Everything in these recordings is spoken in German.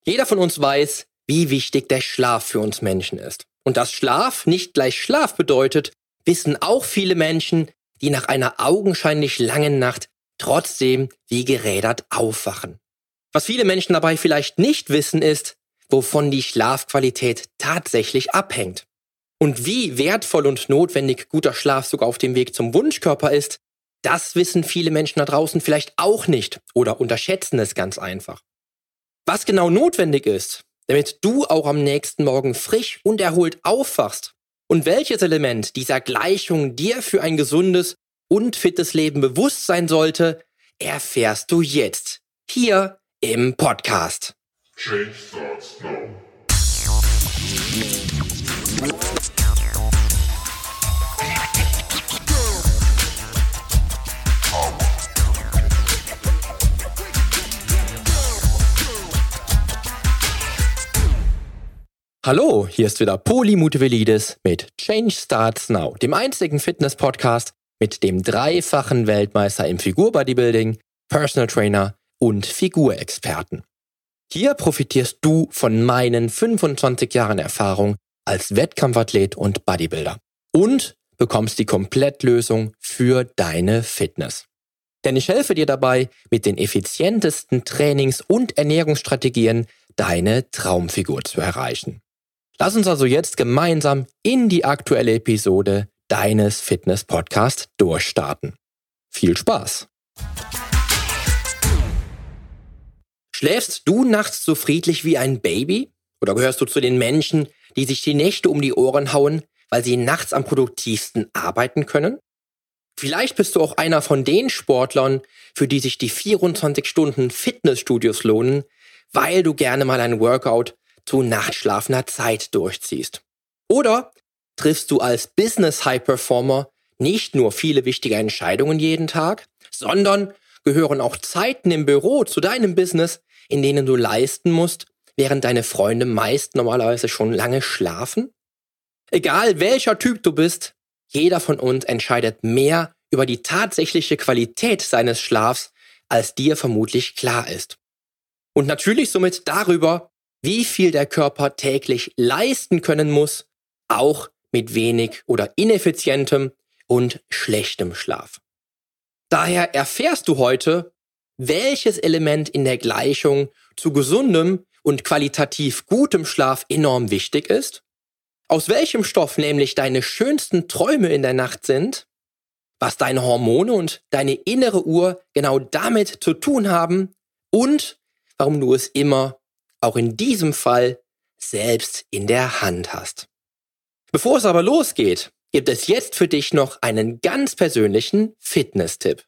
Jeder von uns weiß, wie wichtig der Schlaf für uns Menschen ist. Und dass Schlaf nicht gleich Schlaf bedeutet, wissen auch viele Menschen, die nach einer augenscheinlich langen Nacht trotzdem wie gerädert aufwachen. Was viele Menschen dabei vielleicht nicht wissen ist, wovon die Schlafqualität tatsächlich abhängt. Und wie wertvoll und notwendig guter Schlaf sogar auf dem Weg zum Wunschkörper ist, das wissen viele Menschen da draußen vielleicht auch nicht oder unterschätzen es ganz einfach. Was genau notwendig ist, damit du auch am nächsten Morgen frisch und erholt aufwachst und welches Element dieser Gleichung dir für ein gesundes und fittes Leben bewusst sein sollte, erfährst du jetzt hier im Podcast. Change starts now. Hallo, hier ist wieder Poli Mutevelidis mit Change Starts Now, dem einzigen Fitness-Podcast mit dem dreifachen Weltmeister im Figur-Bodybuilding, Personal Trainer und Figurexperten. Hier profitierst du von meinen 25 Jahren Erfahrung als Wettkampfathlet und Bodybuilder und bekommst die Komplettlösung für deine Fitness. Denn ich helfe dir dabei, mit den effizientesten Trainings- und Ernährungsstrategien deine Traumfigur zu erreichen. Lass uns also jetzt gemeinsam in die aktuelle Episode deines Fitness-Podcasts durchstarten. Viel Spaß! Schläfst du nachts so friedlich wie ein Baby? Oder gehörst du zu den Menschen, die sich die Nächte um die Ohren hauen, weil sie nachts am produktivsten arbeiten können? Vielleicht bist du auch einer von den Sportlern, für die sich die 24 Stunden Fitnessstudios lohnen, weil du gerne mal ein Workout zu nachtschlafender Zeit durchziehst. Oder triffst du als Business-High-Performer nicht nur viele wichtige Entscheidungen jeden Tag, sondern gehören auch Zeiten im Büro zu deinem Business, in denen du leisten musst, während deine Freunde meist normalerweise schon lange schlafen? Egal welcher Typ du bist, jeder von uns entscheidet mehr über die tatsächliche Qualität seines Schlafs, als dir vermutlich klar ist. Und natürlich somit darüber, wie viel der Körper täglich leisten können muss, auch mit wenig oder ineffizientem und schlechtem Schlaf. Daher erfährst du heute, welches Element in der Gleichung zu gesundem und qualitativ gutem Schlaf enorm wichtig ist, aus welchem Stoff nämlich deine schönsten Träume in der Nacht sind, was deine Hormone und deine innere Uhr genau damit zu tun haben und warum du es immer, auch in diesem Fall, selbst in der Hand hast. Bevor es aber losgeht, gibt es jetzt für dich noch einen ganz persönlichen Fitness-Tipp.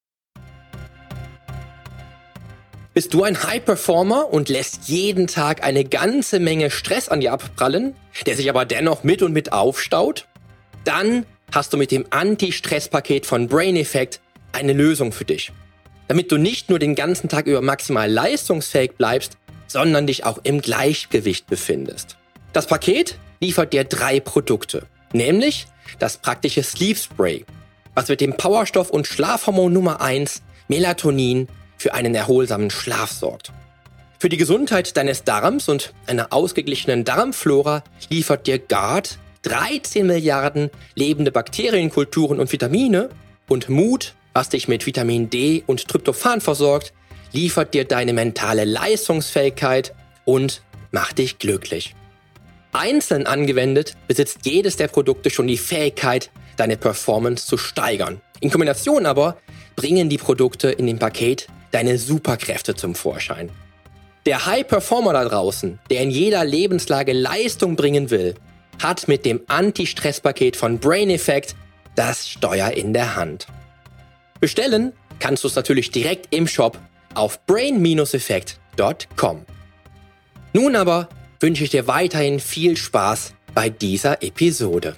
Bist du ein High-Performer und lässt jeden Tag eine ganze Menge Stress an dir abprallen, der sich aber dennoch mit und mit aufstaut? Dann hast du mit dem Anti-Stress-Paket von Brain Effect eine Lösung für dich. Damit du nicht nur den ganzen Tag über maximal leistungsfähig bleibst, sondern dich auch im Gleichgewicht befindest. Das Paket liefert dir 3 Produkte, nämlich das praktische Sleep Spray, was mit dem Powerstoff und Schlafhormon Nummer 1, Melatonin, für einen erholsamen Schlaf sorgt. Für die Gesundheit deines Darms und einer ausgeglichenen Darmflora liefert dir Guard 13 Milliarden lebende Bakterienkulturen und Vitamine und Mood, was dich mit Vitamin D und Tryptophan versorgt, liefert dir deine mentale Leistungsfähigkeit und macht dich glücklich. Einzeln angewendet besitzt jedes der Produkte schon die Fähigkeit, deine Performance zu steigern. In Kombination aber bringen die Produkte in dem Paket deine Superkräfte zum Vorschein. Der High-Performer da draußen, der in jeder Lebenslage Leistung bringen will, hat mit dem Anti-Stress-Paket von Brain Effect das Steuer in der Hand. Bestellen kannst du es natürlich direkt im Shop auf brain-effect.com. Nun aber wünsche ich dir weiterhin viel Spaß bei dieser Episode.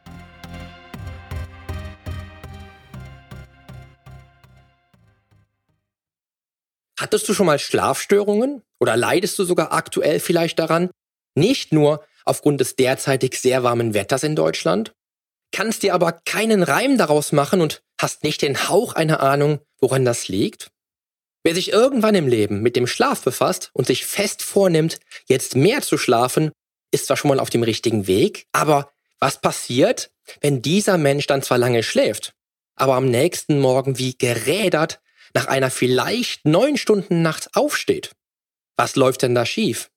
Hattest du schon mal Schlafstörungen oder leidest du sogar aktuell vielleicht daran? Nicht nur aufgrund des derzeitig sehr warmen Wetters in Deutschland? Kannst dir aber keinen Reim daraus machen und hast nicht den Hauch einer Ahnung, woran das liegt? Wer sich irgendwann im Leben mit dem Schlaf befasst und sich fest vornimmt, jetzt mehr zu schlafen, ist zwar schon mal auf dem richtigen Weg, aber was passiert, wenn dieser Mensch dann zwar lange schläft, aber am nächsten Morgen wie gerädert nach einer vielleicht 9 Stunden Nacht aufsteht? Was läuft denn da schief?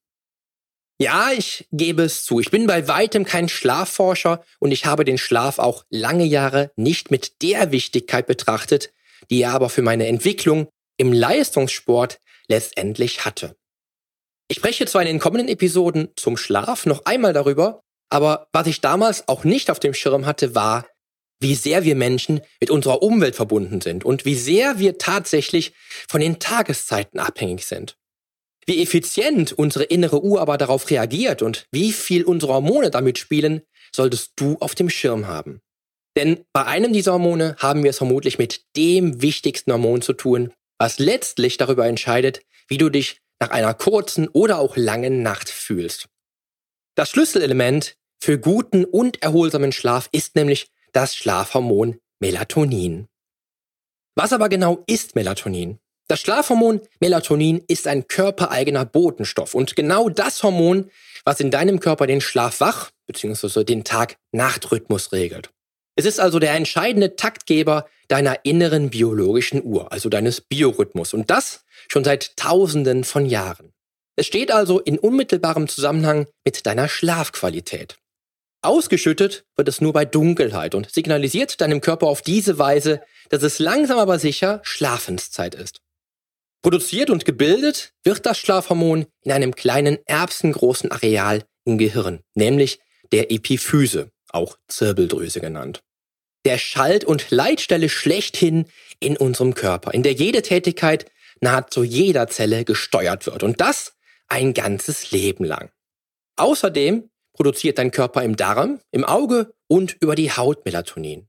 Ja, ich gebe es zu, ich bin bei weitem kein Schlafforscher und ich habe den Schlaf auch lange Jahre nicht mit der Wichtigkeit betrachtet, die er aber für meine Entwicklung im Leistungssport letztendlich hatte. Ich spreche zwar in den kommenden Episoden zum Schlaf noch einmal darüber, aber was ich damals auch nicht auf dem Schirm hatte, war, wie sehr wir Menschen mit unserer Umwelt verbunden sind und wie sehr wir tatsächlich von den Tageszeiten abhängig sind. Wie effizient unsere innere Uhr aber darauf reagiert und wie viel unsere Hormone damit spielen, solltest du auf dem Schirm haben. Denn bei einem dieser Hormone haben wir es vermutlich mit dem wichtigsten Hormon zu tun, was letztlich darüber entscheidet, wie du dich nach einer kurzen oder auch langen Nacht fühlst. Das Schlüsselelement für guten und erholsamen Schlaf ist nämlich das Schlafhormon Melatonin. Was aber genau ist Melatonin? Das Schlafhormon Melatonin ist ein körpereigener Botenstoff und genau das Hormon, was in deinem Körper den Schlaf-Wach- bzw. den Tag-Nacht-Rhythmus regelt. Es ist also der entscheidende Taktgeber deiner inneren biologischen Uhr, also deines Biorhythmus, und das schon seit Tausenden von Jahren. Es steht also in unmittelbarem Zusammenhang mit deiner Schlafqualität. Ausgeschüttet wird es nur bei Dunkelheit und signalisiert deinem Körper auf diese Weise, dass es langsam aber sicher Schlafenszeit ist. Produziert und gebildet wird das Schlafhormon in einem kleinen erbsengroßen Areal im Gehirn, nämlich der Epiphyse, auch Zirbeldrüse genannt. Der Schalt- und Leitstelle schlechthin in unserem Körper, in der jede Tätigkeit nahezu jeder Zelle gesteuert wird und das ein ganzes Leben lang. Außerdem produziert dein Körper im Darm, im Auge und über die Haut Melatonin.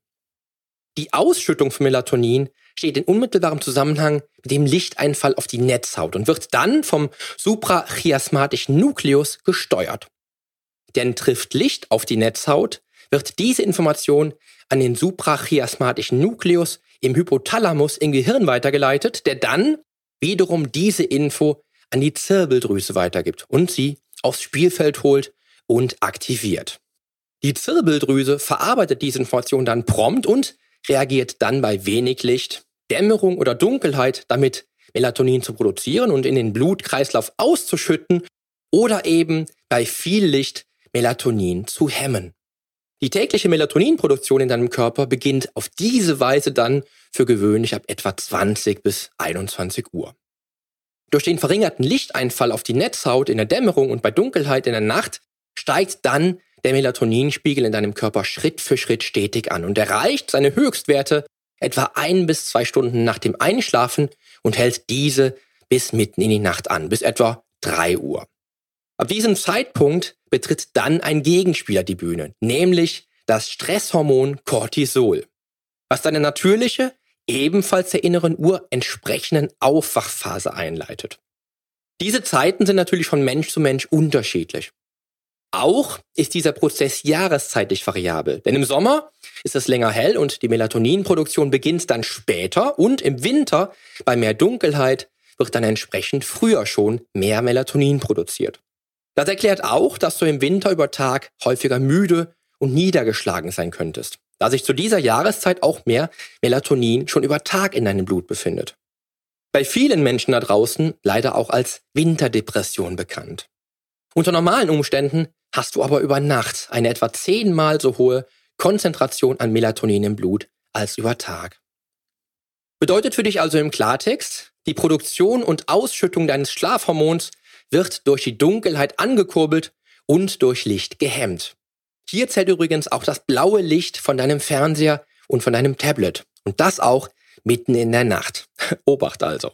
Die Ausschüttung von Melatonin steht in unmittelbarem Zusammenhang mit dem Lichteinfall auf die Netzhaut und wird dann vom suprachiasmatischen Nukleus gesteuert. Denn trifft Licht auf die Netzhaut, wird diese Information an den suprachiasmatischen Nukleus im Hypothalamus im Gehirn weitergeleitet, der dann wiederum diese Info an die Zirbeldrüse weitergibt und sie aufs Spielfeld holt und aktiviert. Die Zirbeldrüse verarbeitet diese Information dann prompt und reagiert dann bei wenig Licht, Dämmerung oder Dunkelheit damit, Melatonin zu produzieren und in den Blutkreislauf auszuschütten oder eben bei viel Licht Melatonin zu hemmen. Die tägliche Melatoninproduktion in deinem Körper beginnt auf diese Weise dann für gewöhnlich ab etwa 20 bis 21 Uhr. Durch den verringerten Lichteinfall auf die Netzhaut in der Dämmerung und bei Dunkelheit in der Nacht steigt dann der Melatoninspiegel in deinem Körper Schritt für Schritt stetig an und erreicht seine Höchstwerte etwa 1 bis 2 Stunden nach dem Einschlafen und hält diese bis mitten in die Nacht an, bis etwa 3 Uhr. Ab diesem Zeitpunkt betritt dann ein Gegenspieler die Bühne, nämlich das Stresshormon Cortisol, was deine natürliche, ebenfalls der inneren Uhr entsprechenden Aufwachphase einleitet. Diese Zeiten sind natürlich von Mensch zu Mensch unterschiedlich. Auch ist dieser Prozess jahreszeitlich variabel, denn im Sommer ist es länger hell und die Melatoninproduktion beginnt dann später und im Winter bei mehr Dunkelheit wird dann entsprechend früher schon mehr Melatonin produziert. Das erklärt auch, dass du im Winter über Tag häufiger müde und niedergeschlagen sein könntest, da sich zu dieser Jahreszeit auch mehr Melatonin schon über Tag in deinem Blut befindet. Bei vielen Menschen da draußen leider auch als Winterdepression bekannt. Unter normalen Umständen hast du aber über Nacht eine etwa 10-mal so hohe Konzentration an Melatonin im Blut als über Tag. Bedeutet für dich also im Klartext, die Produktion und Ausschüttung deines Schlafhormons wird durch die Dunkelheit angekurbelt und durch Licht gehemmt. Hier zählt übrigens auch das blaue Licht von deinem Fernseher und von deinem Tablet. Und das auch mitten in der Nacht. Obacht also.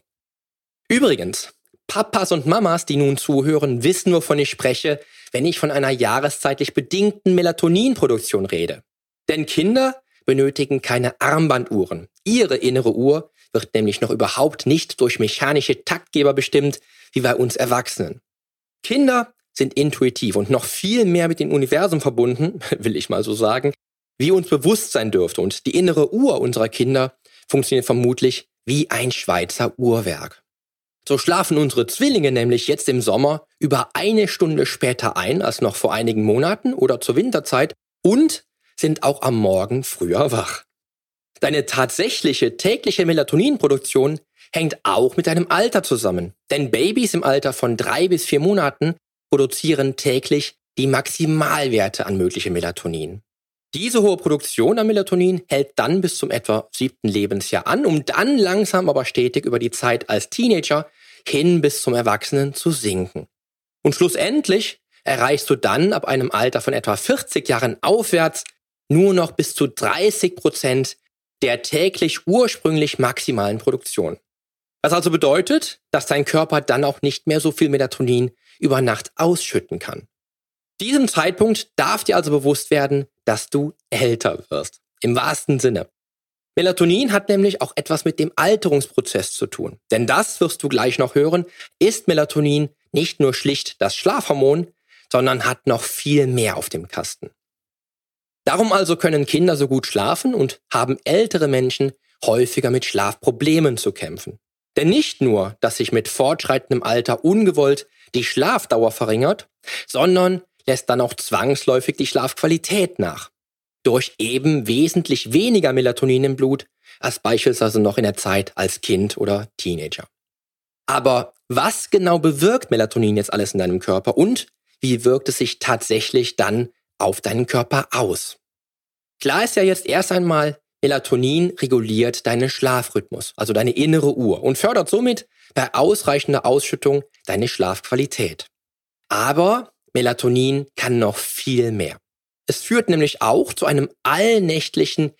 Übrigens, Papas und Mamas, die nun zuhören, wissen, wovon ich spreche, wenn ich von einer jahreszeitlich bedingten Melatoninproduktion rede. Denn Kinder benötigen keine Armbanduhren. Ihre innere Uhr wird nämlich noch überhaupt nicht durch mechanische Taktgeber bestimmt, wie bei uns Erwachsenen. Kinder sind intuitiv und noch viel mehr mit dem Universum verbunden, will ich mal so sagen, wie uns bewusst sein dürfte. Und die innere Uhr unserer Kinder funktioniert vermutlich wie ein Schweizer Uhrwerk. So schlafen unsere Zwillinge nämlich jetzt im Sommer über 1 Stunde später ein als noch vor einigen Monaten oder zur Winterzeit und sind auch am Morgen früher wach. Deine tatsächliche tägliche Melatoninproduktion hängt auch mit deinem Alter zusammen. Denn Babys im Alter von 3 bis 4 Monaten produzieren täglich die Maximalwerte an möglichem Melatonin. Diese hohe Produktion an Melatonin hält dann bis zum etwa 7. Lebensjahr an, um dann langsam aber stetig über die Zeit als Teenager hin bis zum Erwachsenen zu sinken. Und schlussendlich erreichst du dann ab einem Alter von etwa 40 Jahren aufwärts nur noch bis zu 30% der täglich ursprünglich maximalen Produktion. Was also bedeutet, dass dein Körper dann auch nicht mehr so viel Melatonin über Nacht ausschütten kann. Diesem Zeitpunkt darf dir also bewusst werden, dass du älter wirst. Im wahrsten Sinne. Melatonin hat nämlich auch etwas mit dem Alterungsprozess zu tun. Denn das wirst du gleich noch hören, ist Melatonin nicht nur schlicht das Schlafhormon, sondern hat noch viel mehr auf dem Kasten. Darum also können Kinder so gut schlafen und haben ältere Menschen häufiger mit Schlafproblemen zu kämpfen. Denn nicht nur, dass sich mit fortschreitendem Alter ungewollt die Schlafdauer verringert, sondern lässt dann auch zwangsläufig die Schlafqualität nach. Durch eben wesentlich weniger Melatonin im Blut als beispielsweise noch in der Zeit als Kind oder Teenager. Aber was genau bewirkt Melatonin jetzt alles in deinem Körper und wie wirkt es sich tatsächlich dann auf deinen Körper aus? Klar ist ja jetzt erst einmal, Melatonin reguliert deinen Schlafrhythmus, also deine innere Uhr und fördert somit bei ausreichender Ausschüttung deine Schlafqualität. Aber Melatonin kann noch viel mehr. Es führt nämlich auch zu einem allnächtlichen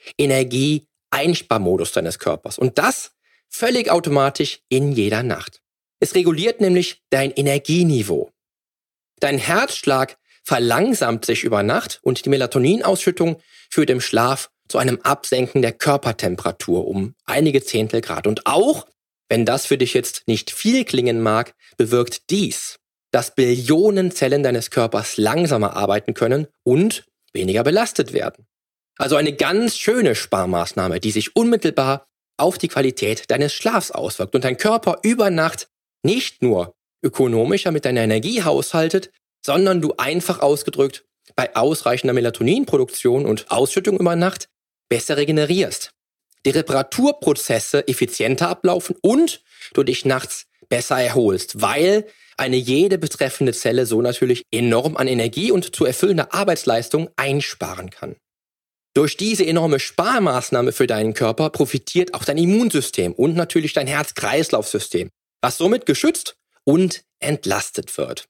Energieeinsparmodus deines Körpers und das völlig automatisch in jeder Nacht. Es reguliert nämlich dein Energieniveau. Dein Herzschlag verlangsamt sich über Nacht und die Melatoninausschüttung führt im Schlaf zu einem Absenken der Körpertemperatur um einige Zehntel Grad. Und auch, wenn das für dich jetzt nicht viel klingen mag, bewirkt dies, dass Billionen Zellen deines Körpers langsamer arbeiten können und weniger belastet werden. Also eine ganz schöne Sparmaßnahme, die sich unmittelbar auf die Qualität deines Schlafs auswirkt und dein Körper über Nacht nicht nur ökonomischer mit deiner Energie haushaltet, sondern du einfach ausgedrückt bei ausreichender Melatoninproduktion und Ausschüttung über Nacht besser regenerierst, die Reparaturprozesse effizienter ablaufen und du dich nachts besser erholst, weil eine jede betreffende Zelle so natürlich enorm an Energie und zu erfüllender Arbeitsleistung einsparen kann. Durch diese enorme Sparmaßnahme für deinen Körper profitiert auch dein Immunsystem und natürlich dein Herz-Kreislauf-System, was somit geschützt und entlastet wird.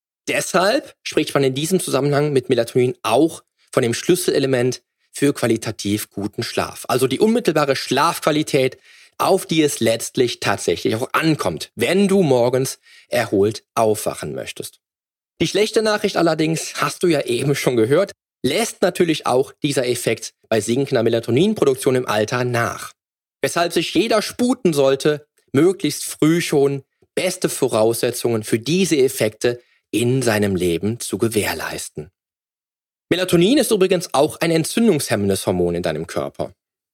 Deshalb spricht man in diesem Zusammenhang mit Melatonin auch von dem Schlüsselelement für qualitativ guten Schlaf. Also die unmittelbare Schlafqualität, auf die es letztlich tatsächlich auch ankommt, wenn du morgens erholt aufwachen möchtest. Die schlechte Nachricht allerdings, hast du ja eben schon gehört, lässt natürlich auch dieser Effekt bei sinkender Melatoninproduktion im Alter nach. Weshalb sich jeder sputen sollte, möglichst früh schon beste Voraussetzungen für diese Effekte in seinem Leben zu gewährleisten. Melatonin ist übrigens auch ein entzündungshemmendes Hormon in deinem Körper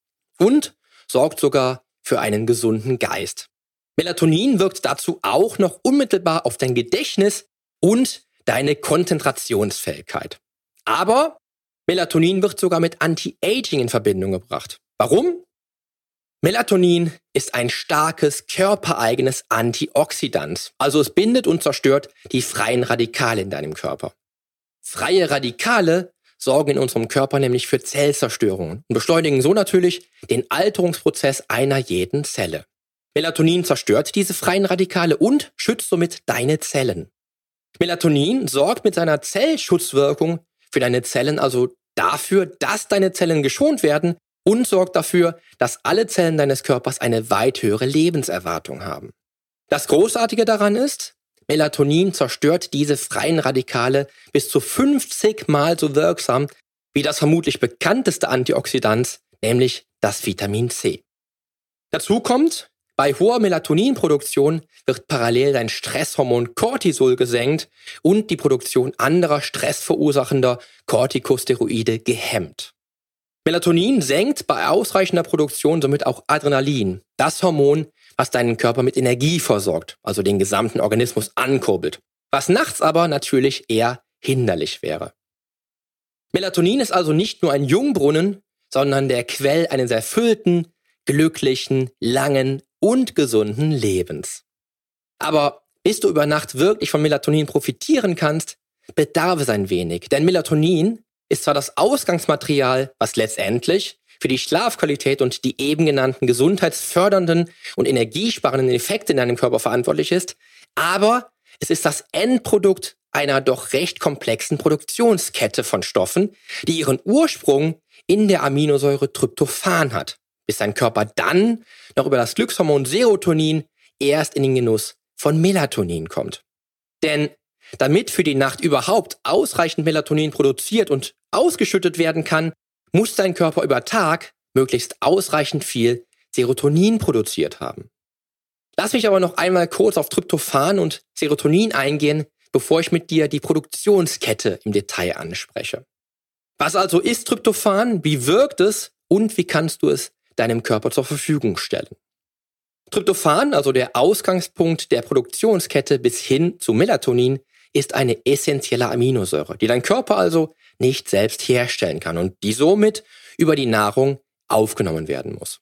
und sorgt sogar für einen gesunden Geist. Melatonin wirkt dazu auch noch unmittelbar auf dein Gedächtnis und deine Konzentrationsfähigkeit. Aber Melatonin wird sogar mit Anti-Aging in Verbindung gebracht. Warum? Melatonin ist ein starkes, körpereigenes Antioxidant. Also es bindet und zerstört die freien Radikale in deinem Körper. Freie Radikale sorgen in unserem Körper nämlich für Zellzerstörungen und beschleunigen so natürlich den Alterungsprozess einer jeden Zelle. Melatonin zerstört diese freien Radikale und schützt somit deine Zellen. Melatonin sorgt mit seiner Zellschutzwirkung für deine Zellen also dafür, dass deine Zellen geschont werden und sorgt dafür, dass alle Zellen deines Körpers eine weit höhere Lebenserwartung haben. Das Großartige daran ist, Melatonin zerstört diese freien Radikale bis zu 50 Mal so wirksam wie das vermutlich bekannteste Antioxidant, nämlich das Vitamin C. Dazu kommt, bei hoher Melatoninproduktion wird parallel dein Stresshormon Cortisol gesenkt und die Produktion anderer stressverursachender Corticosteroide gehemmt. Melatonin senkt bei ausreichender Produktion somit auch Adrenalin, das Hormon, was deinen Körper mit Energie versorgt, also den gesamten Organismus ankurbelt, was nachts aber natürlich eher hinderlich wäre. Melatonin ist also nicht nur ein Jungbrunnen, sondern der Quell eines erfüllten, glücklichen, langen und gesunden Lebens. Aber bis du über Nacht wirklich von Melatonin profitieren kannst, bedarf es ein wenig. Denn Melatonin ist zwar das Ausgangsmaterial, was letztendlich für die Schlafqualität und die eben genannten gesundheitsfördernden und energiesparenden Effekte in deinem Körper verantwortlich ist, aber es ist das Endprodukt einer doch recht komplexen Produktionskette von Stoffen, die ihren Ursprung in der Aminosäure Tryptophan hat, bis dein Körper dann noch über das Glückshormon Serotonin erst in den Genuss von Melatonin kommt. Denn damit für die Nacht überhaupt ausreichend Melatonin produziert und ausgeschüttet werden kann, muss dein Körper über Tag möglichst ausreichend viel Serotonin produziert haben. Lass mich aber noch einmal kurz auf Tryptophan und Serotonin eingehen, bevor ich mit dir die Produktionskette im Detail anspreche. Was also ist Tryptophan, wie wirkt es und wie kannst du es deinem Körper zur Verfügung stellen? Tryptophan, also der Ausgangspunkt der Produktionskette bis hin zu Melatonin, ist eine essentielle Aminosäure, die dein Körper also nicht selbst herstellen kann und die somit über die Nahrung aufgenommen werden muss.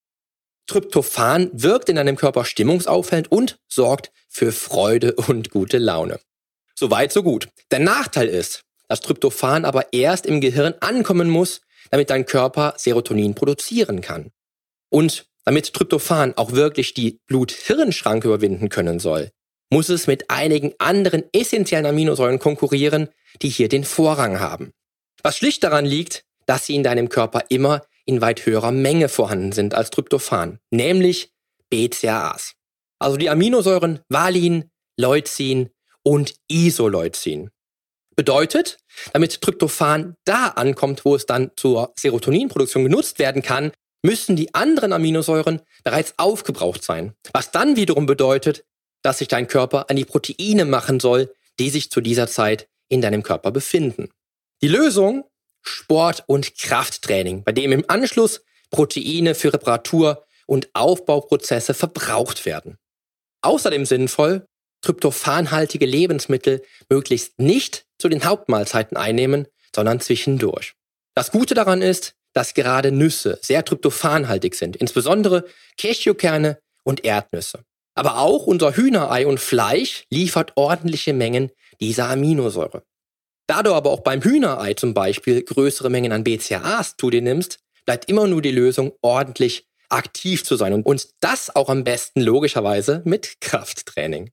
Tryptophan wirkt in deinem Körper stimmungsaufhellend und sorgt für Freude und gute Laune. Soweit, so gut. Der Nachteil ist, dass Tryptophan aber erst im Gehirn ankommen muss, damit dein Körper Serotonin produzieren kann. Und damit Tryptophan auch wirklich die Blut-Hirn-Schranke überwinden können soll, muss es mit einigen anderen essentiellen Aminosäuren konkurrieren, die hier den Vorrang haben. Was schlicht daran liegt, dass sie in deinem Körper immer in weit höherer Menge vorhanden sind als Tryptophan, nämlich BCAAs. Also die Aminosäuren Valin, Leucin und Isoleucin. Bedeutet, damit Tryptophan da ankommt, wo es dann zur Serotoninproduktion genutzt werden kann, müssen die anderen Aminosäuren bereits aufgebraucht sein. Was dann wiederum bedeutet, dass sich dein Körper an die Proteine machen soll, die sich zu dieser Zeit in deinem Körper befinden. Die Lösung? Sport- und Krafttraining, bei dem im Anschluss Proteine für Reparatur- und Aufbauprozesse verbraucht werden. Außerdem sinnvoll, tryptophanhaltige Lebensmittel möglichst nicht zu den Hauptmahlzeiten einnehmen, sondern zwischendurch. Das Gute daran ist, dass gerade Nüsse sehr tryptophanhaltig sind, insbesondere Cashewkerne und Erdnüsse. Aber auch unser Hühnerei und Fleisch liefert ordentliche Mengen dieser Aminosäure. Da du aber auch beim Hühnerei zum Beispiel größere Mengen an BCAAs zu dir nimmst, bleibt immer nur die Lösung, ordentlich aktiv zu sein und das auch am besten logischerweise mit Krafttraining.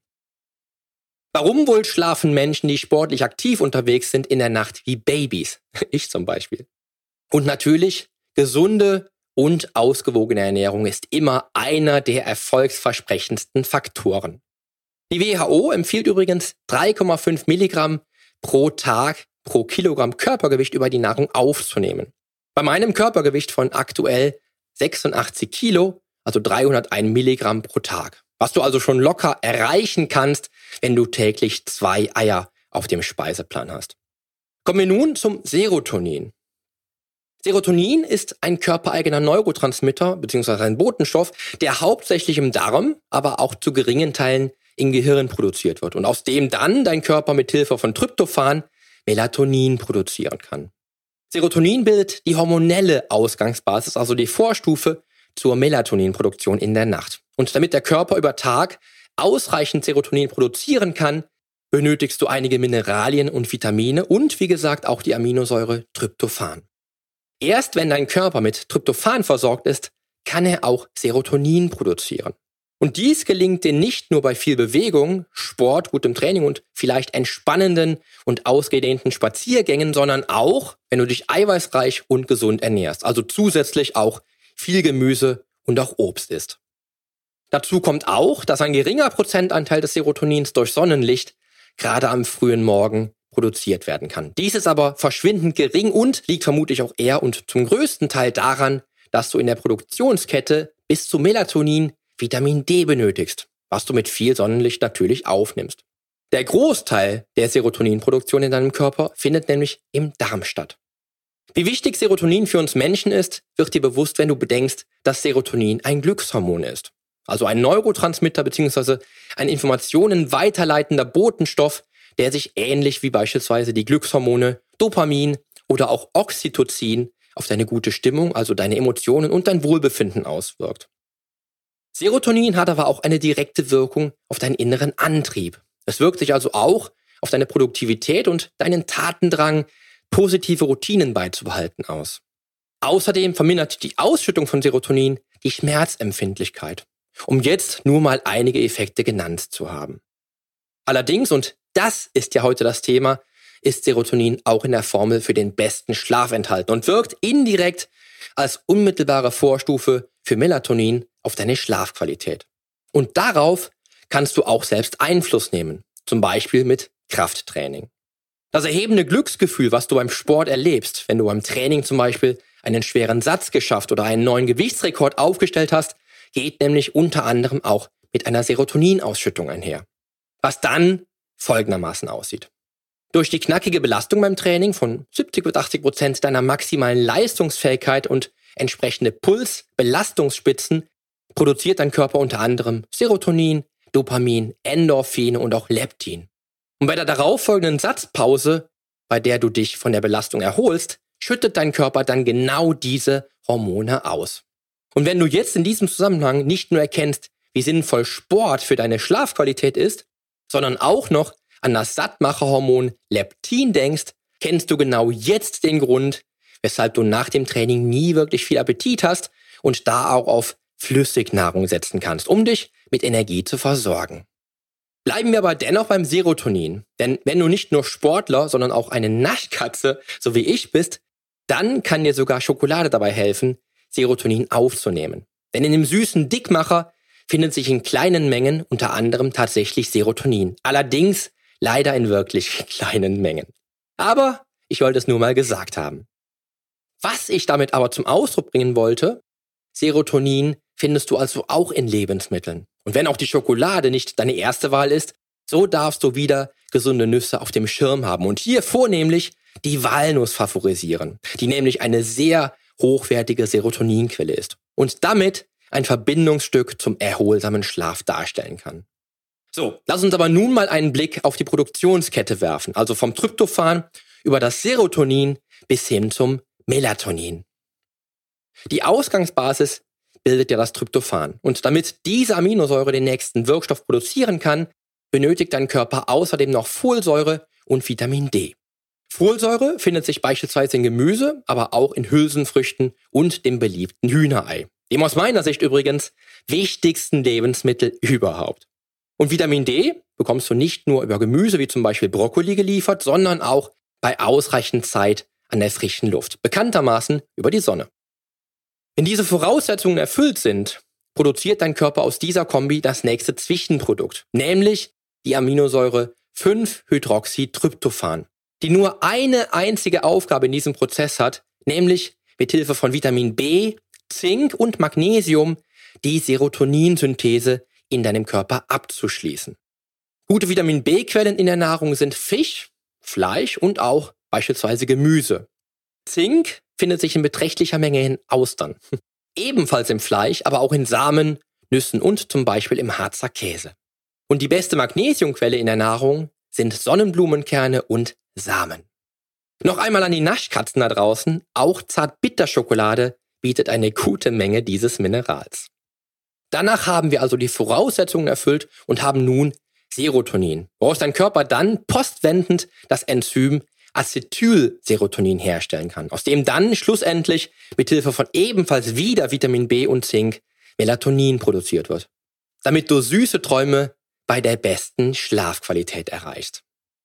Warum wohl schlafen Menschen, die sportlich aktiv unterwegs sind, in der Nacht wie Babys? Ich zum Beispiel. Und natürlich, gesunde und ausgewogene Ernährung ist immer einer der erfolgsversprechendsten Faktoren. Die WHO empfiehlt übrigens 3,5 Milligramm pro Tag pro Kilogramm Körpergewicht über die Nahrung aufzunehmen. Bei meinem Körpergewicht von aktuell 86 Kilo, also 301 Milligramm pro Tag. Was du also schon locker erreichen kannst, wenn du täglich 2 Eier auf dem Speiseplan hast. Kommen wir nun zum Serotonin. Serotonin ist ein körpereigener Neurotransmitter bzw. ein Botenstoff, der hauptsächlich im Darm, aber auch zu geringen Teilen im Gehirn produziert wird und aus dem dann dein Körper mit Hilfe von Tryptophan Melatonin produzieren kann. Serotonin bildet die hormonelle Ausgangsbasis, also die Vorstufe zur Melatoninproduktion in der Nacht. Und damit der Körper über Tag ausreichend Serotonin produzieren kann, benötigst du einige Mineralien und Vitamine und wie gesagt auch die Aminosäure Tryptophan. Erst wenn dein Körper mit Tryptophan versorgt ist, kann er auch Serotonin produzieren. Und dies gelingt dir nicht nur bei viel Bewegung, Sport, gutem Training und vielleicht entspannenden und ausgedehnten Spaziergängen, sondern auch, wenn du dich eiweißreich und gesund ernährst, also zusätzlich auch viel Gemüse und auch Obst isst. Dazu kommt auch, dass ein geringer Prozentanteil des Serotonins durch Sonnenlicht gerade am frühen Morgen produziert werden kann. Dies ist aber verschwindend gering und liegt vermutlich auch eher und zum größten Teil daran, dass du in der Produktionskette bis zu Melatonin Vitamin D benötigst, was du mit viel Sonnenlicht natürlich aufnimmst. Der Großteil der Serotoninproduktion in deinem Körper findet nämlich im Darm statt. Wie wichtig Serotonin für uns Menschen ist, wird dir bewusst, wenn du bedenkst, dass Serotonin ein Glückshormon ist. Also ein Neurotransmitter bzw. ein Informationen weiterleitender Botenstoff, der sich ähnlich wie beispielsweise die Glückshormone Dopamin oder auch Oxytocin auf deine gute Stimmung, also deine Emotionen und dein Wohlbefinden auswirkt. Serotonin hat aber auch eine direkte Wirkung auf deinen inneren Antrieb. Es wirkt sich also auch auf deine Produktivität und deinen Tatendrang, positive Routinen beizubehalten aus. Außerdem vermindert die Ausschüttung von Serotonin die Schmerzempfindlichkeit, um jetzt nur mal einige Effekte genannt zu haben. Allerdings, und das ist ja heute das Thema, ist Serotonin auch in der Formel für den besten Schlaf enthalten und wirkt indirekt als unmittelbare Vorstufe für Melatonin auf deine Schlafqualität. Und darauf kannst du auch selbst Einfluss nehmen, zum Beispiel mit Krafttraining. Das erhebende Glücksgefühl, was du beim Sport erlebst, wenn du beim Training zum Beispiel einen schweren Satz geschafft oder einen neuen Gewichtsrekord aufgestellt hast, geht nämlich unter anderem auch mit einer Serotoninausschüttung einher. Was dann folgendermaßen aussieht. Durch die knackige Belastung beim Training von 70-80% deiner maximalen Leistungsfähigkeit und entsprechende Pulsbelastungsspitzen produziert dein Körper unter anderem Serotonin, Dopamin, Endorphine und auch Leptin. Und bei der darauffolgenden Satzpause, bei der du dich von der Belastung erholst, schüttet dein Körper dann genau diese Hormone aus. Und wenn du jetzt in diesem Zusammenhang nicht nur erkennst, wie sinnvoll Sport für deine Schlafqualität ist, sondern auch noch an das Sattmacherhormon Leptin denkst, kennst du genau jetzt den Grund, weshalb du nach dem Training nie wirklich viel Appetit hast und da auch auf Flüssignahrung setzen kannst, um dich mit Energie zu versorgen. Bleiben wir aber dennoch beim Serotonin, denn wenn du nicht nur Sportler, sondern auch eine Naschkatze, so wie ich bist, dann kann dir sogar Schokolade dabei helfen, Serotonin aufzunehmen. Denn in dem süßen Dickmacher findet sich in kleinen Mengen unter anderem tatsächlich Serotonin. Allerdings leider in wirklich kleinen Mengen. Aber ich wollte es nur mal gesagt haben. Was ich damit aber zum Ausdruck bringen wollte, Serotonin findest du also auch in Lebensmitteln. Und wenn auch die Schokolade nicht deine erste Wahl ist, so darfst du wieder gesunde Nüsse auf dem Schirm haben und hier vornehmlich die Walnuss favorisieren, die nämlich eine sehr hochwertige Serotoninquelle ist und damit ein Verbindungsstück zum erholsamen Schlaf darstellen kann. So, lass uns aber nun mal einen Blick auf die Produktionskette werfen, also vom Tryptophan über das Serotonin bis hin zum Melatonin. Die Ausgangsbasis bildet ja das Tryptophan. Und damit diese Aminosäure den nächsten Wirkstoff produzieren kann, benötigt dein Körper außerdem noch Folsäure und Vitamin D. Folsäure findet sich beispielsweise in Gemüse, aber auch in Hülsenfrüchten und dem beliebten Hühnerei. Dem aus meiner Sicht übrigens wichtigsten Lebensmittel überhaupt. Und Vitamin D bekommst du nicht nur über Gemüse wie zum Beispiel Brokkoli geliefert, sondern auch bei ausreichend Zeit an der frischen Luft, bekanntermaßen über die Sonne. Wenn diese Voraussetzungen erfüllt sind, produziert dein Körper aus dieser Kombi das nächste Zwischenprodukt, nämlich die Aminosäure 5-Hydroxytryptophan, die nur eine einzige Aufgabe in diesem Prozess hat, nämlich mit Hilfe von Vitamin B, Zink und Magnesium die Serotoninsynthese in deinem Körper abzuschließen. Gute Vitamin B-Quellen in der Nahrung sind Fisch, Fleisch und auch beispielsweise Gemüse. Zink findet sich in beträchtlicher Menge in Austern. Ebenfalls im Fleisch, aber auch in Samen, Nüssen und zum Beispiel im Harzer Käse. Und die beste Magnesiumquelle in der Nahrung sind Sonnenblumenkerne und Samen. Noch einmal an die Naschkatzen da draußen, auch Zartbitterschokolade bietet eine gute Menge dieses Minerals. Danach haben wir also die Voraussetzungen erfüllt und haben nun Serotonin, woraus dein Körper dann postwendend das Enzym Acetylserotonin herstellen kann, aus dem dann schlussendlich mit Hilfe von ebenfalls wieder Vitamin B und Zink Melatonin produziert wird, damit du süße Träume bei der besten Schlafqualität erreichst.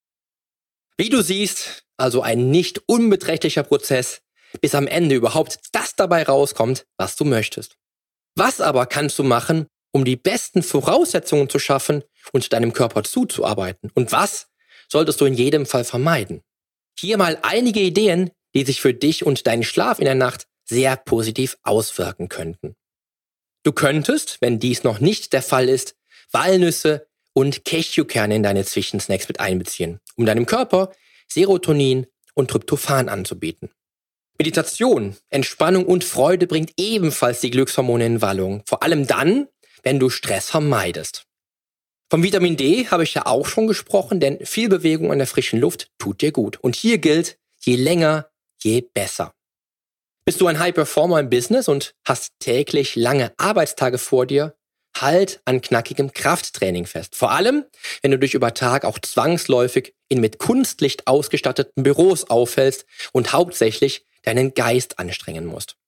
Wie du siehst, also ein nicht unbeträchtlicher Prozess, bis am Ende überhaupt das dabei rauskommt, was du möchtest. Was aber kannst du machen, um die besten Voraussetzungen zu schaffen und deinem Körper zuzuarbeiten? Und was solltest du in jedem Fall vermeiden? Hier mal einige Ideen, die sich für dich und deinen Schlaf in der Nacht sehr positiv auswirken könnten. Du könntest, wenn dies noch nicht der Fall ist, Walnüsse und Cashewkerne in deine Zwischensnacks mit einbeziehen, um deinem Körper Serotonin und Tryptophan anzubieten. Meditation, Entspannung und Freude bringt ebenfalls die Glückshormone in Wallung, vor allem dann, wenn du Stress vermeidest. Vom Vitamin D habe ich ja auch schon gesprochen, denn viel Bewegung an der frischen Luft tut dir gut. Und hier gilt, je länger, je besser. Bist du ein High Performer im Business und hast täglich lange Arbeitstage vor dir? Halt an knackigem Krafttraining fest. Vor allem, wenn du dich über Tag auch zwangsläufig in mit Kunstlicht ausgestatteten Büros aufhältst und hauptsächlich deinen Geist anstrengen musst.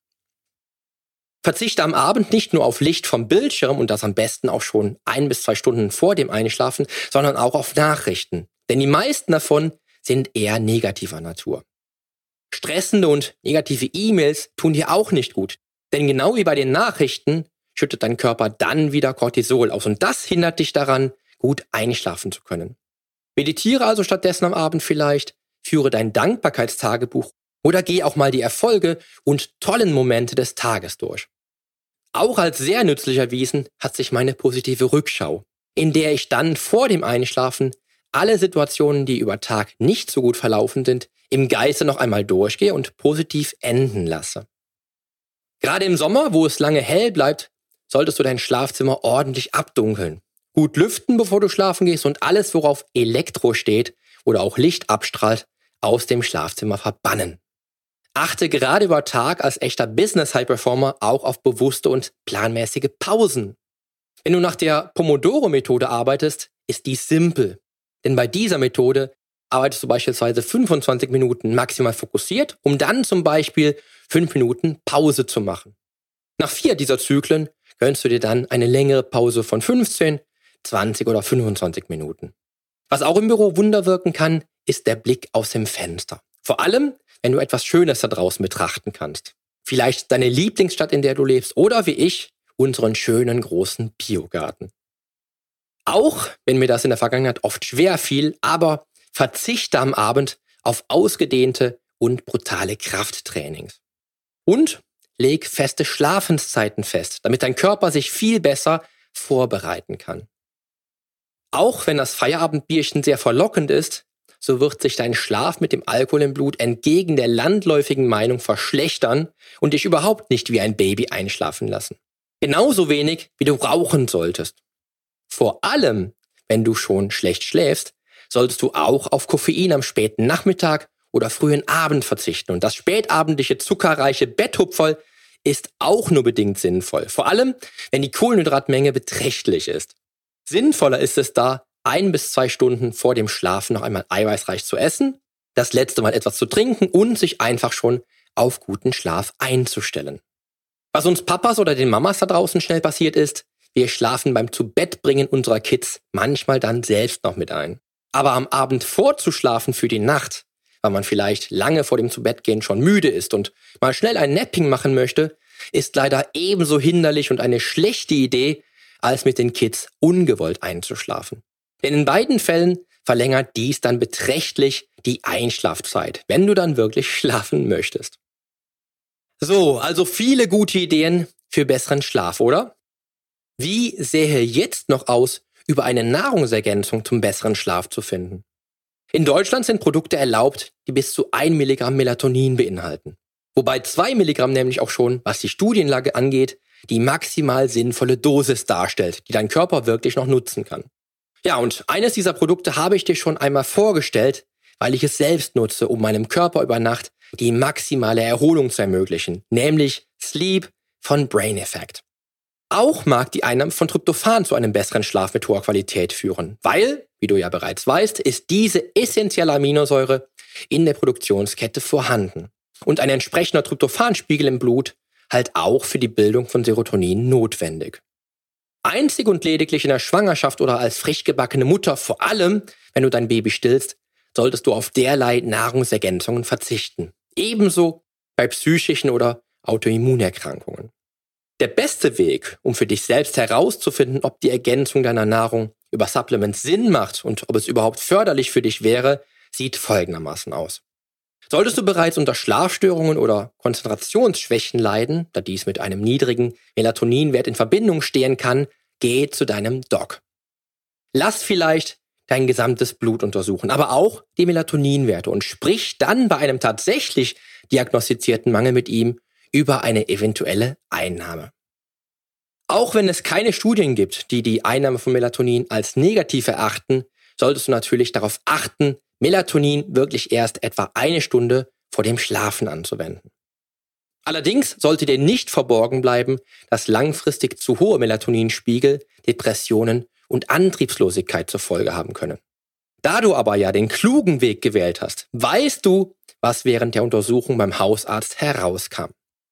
Verzichte am Abend nicht nur auf Licht vom Bildschirm und das am besten auch schon 1 bis 2 Stunden vor dem Einschlafen, sondern auch auf Nachrichten. Denn die meisten davon sind eher negativer Natur. Stressende und negative E-Mails tun dir auch nicht gut. Denn genau wie bei den Nachrichten schüttet dein Körper dann wieder Cortisol aus. Und das hindert dich daran, gut einschlafen zu können. Meditiere also stattdessen am Abend vielleicht, führe dein Dankbarkeitstagebuch oder geh auch mal die Erfolge und tollen Momente des Tages durch. Auch als sehr nützlich erwiesen hat sich meine positive Rückschau, in der ich dann vor dem Einschlafen alle Situationen, die über Tag nicht so gut verlaufen sind, im Geiste noch einmal durchgehe und positiv enden lasse. Gerade im Sommer, wo es lange hell bleibt, solltest du dein Schlafzimmer ordentlich abdunkeln. Gut lüften, bevor du schlafen gehst und alles, worauf Elektro steht oder auch Licht abstrahlt, aus dem Schlafzimmer verbannen. Achte gerade über Tag als echter Business-High-Performer auch auf bewusste und planmäßige Pausen. Wenn du nach der Pomodoro-Methode arbeitest, ist dies simpel. Denn bei dieser Methode arbeitest du beispielsweise 25 Minuten maximal fokussiert, um dann zum Beispiel 5 Minuten Pause zu machen. Nach 4 dieser Zyklen gönnst du dir dann eine längere Pause von 15, 20 oder 25 Minuten. Was auch im Büro Wunder wirken kann, ist der Blick aus dem Fenster. Vor allem, wenn du etwas Schönes da draußen betrachten kannst. Vielleicht deine Lieblingsstadt, in der du lebst, oder wie ich, unseren schönen großen Biogarten. Auch wenn mir das in der Vergangenheit oft schwer fiel, aber verzichte am Abend auf ausgedehnte und brutale Krafttrainings. Und leg feste Schlafenszeiten fest, damit dein Körper sich viel besser vorbereiten kann. Auch wenn das Feierabendbierchen sehr verlockend ist, so wird sich dein Schlaf mit dem Alkohol im Blut entgegen der landläufigen Meinung verschlechtern und dich überhaupt nicht wie ein Baby einschlafen lassen. Genauso wenig, wie du rauchen solltest. Vor allem, wenn du schon schlecht schläfst, solltest du auch auf Koffein am späten Nachmittag oder frühen Abend verzichten. Und das spätabendliche zuckerreiche Betthupferl ist auch nur bedingt sinnvoll. Vor allem, wenn die Kohlenhydratmenge beträchtlich ist. Sinnvoller ist es da, 1 bis 2 Stunden vor dem Schlafen noch einmal eiweißreich zu essen, das letzte Mal etwas zu trinken und sich einfach schon auf guten Schlaf einzustellen. Was uns Papas oder den Mamas da draußen schnell passiert ist, wir schlafen beim Zubettbringen unserer Kids manchmal dann selbst noch mit ein. Aber am Abend vorzuschlafen für die Nacht, weil man vielleicht lange vor dem Zubettgehen schon müde ist und mal schnell ein Napping machen möchte, ist leider ebenso hinderlich und eine schlechte Idee, als mit den Kids ungewollt einzuschlafen. Denn in beiden Fällen verlängert dies dann beträchtlich die Einschlafzeit, wenn du dann wirklich schlafen möchtest. So, also viele gute Ideen für besseren Schlaf, oder? Wie sähe jetzt noch aus, über eine Nahrungsergänzung zum besseren Schlaf zu finden? In Deutschland sind Produkte erlaubt, die bis zu 1 Milligramm Melatonin beinhalten. Wobei 2 Milligramm nämlich auch schon, was die Studienlage angeht, die maximal sinnvolle Dosis darstellt, die dein Körper wirklich noch nutzen kann. Ja, und eines dieser Produkte habe ich dir schon einmal vorgestellt, weil ich es selbst nutze, um meinem Körper über Nacht die maximale Erholung zu ermöglichen, nämlich Sleep von Brain Effect. Auch mag die Einnahme von Tryptophan zu einem besseren Schlaf mit hoher Qualität führen, weil, wie du ja bereits weißt, ist diese essentielle Aminosäure in der Produktionskette vorhanden. Und ein entsprechender Tryptophanspiegel im Blut halt auch für die Bildung von Serotonin notwendig. Einzig und lediglich in der Schwangerschaft oder als frisch gebackene Mutter, vor allem wenn du dein Baby stillst, solltest du auf derlei Nahrungsergänzungen verzichten. Ebenso bei psychischen oder Autoimmunerkrankungen. Der beste Weg, um für dich selbst herauszufinden, ob die Ergänzung deiner Nahrung über Supplements Sinn macht und ob es überhaupt förderlich für dich wäre, sieht folgendermaßen aus. Solltest du bereits unter Schlafstörungen oder Konzentrationsschwächen leiden, da dies mit einem niedrigen Melatoninwert in Verbindung stehen kann, geh zu deinem Doc. Lass vielleicht dein gesamtes Blut untersuchen, aber auch die Melatoninwerte und sprich dann bei einem tatsächlich diagnostizierten Mangel mit ihm über eine eventuelle Einnahme. Auch wenn es keine Studien gibt, die die Einnahme von Melatonin als negativ erachten, solltest du natürlich darauf achten, Melatonin wirklich erst etwa 1 Stunde vor dem Schlafen anzuwenden. Allerdings sollte dir nicht verborgen bleiben, dass langfristig zu hohe Melatoninspiegel Depressionen und Antriebslosigkeit zur Folge haben können. Da du aber ja den klugen Weg gewählt hast, weißt du, was während der Untersuchung beim Hausarzt herauskam.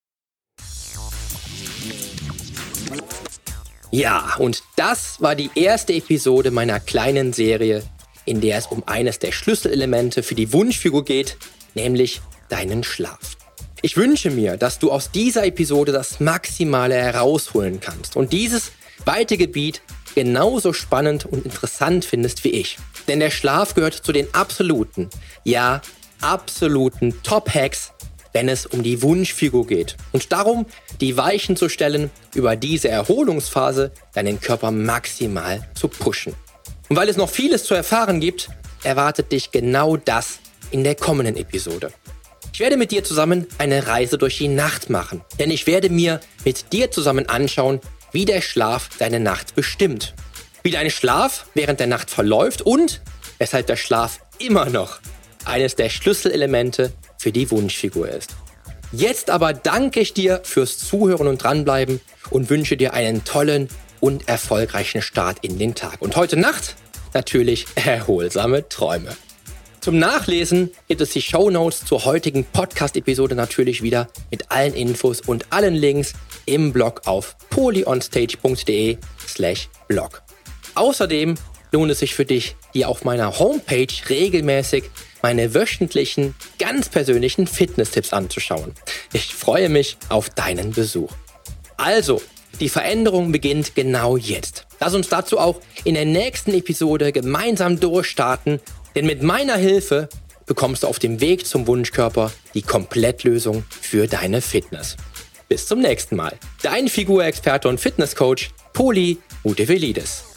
Ja, und das war die erste Episode meiner kleinen Serie, in der es um eines der Schlüsselelemente für die Wunschfigur geht, nämlich deinen Schlaf. Ich wünsche mir, dass du aus dieser Episode das Maximale herausholen kannst und dieses weite Gebiet genauso spannend und interessant findest wie ich. Denn der Schlaf gehört zu den absoluten Top-Hacks, wenn es um die Wunschfigur geht. Und darum, die Weichen zu stellen, über diese Erholungsphase deinen Körper maximal zu pushen. Und weil es noch vieles zu erfahren gibt, erwartet dich genau das in der kommenden Episode. Ich werde mit dir zusammen eine Reise durch die Nacht machen, denn ich werde mir mit dir zusammen anschauen, wie der Schlaf deine Nacht bestimmt, wie dein Schlaf während der Nacht verläuft und weshalb der Schlaf immer noch eines der Schlüsselelemente für die Wunschfigur ist. Jetzt aber danke ich dir fürs Zuhören und Dranbleiben und wünsche dir einen tollen und erfolgreichen Start in den Tag. Und heute Nacht natürlich erholsame Träume. Zum Nachlesen gibt es die Shownotes zur heutigen Podcast-Episode natürlich wieder mit allen Infos und allen Links im Blog auf polyonstage.de/blog. Außerdem lohnt es sich für dich, dir auf meiner Homepage regelmäßig meine wöchentlichen, ganz persönlichen Fitness-Tipps anzuschauen. Ich freue mich auf deinen Besuch. Also, die Veränderung beginnt genau jetzt. Lass uns dazu auch in der nächsten Episode gemeinsam durchstarten, denn mit meiner Hilfe bekommst du auf dem Weg zum Wunschkörper die Komplettlösung für deine Fitness. Bis zum nächsten Mal. Dein Figurexperte und Fitnesscoach Poly Mutevelidis.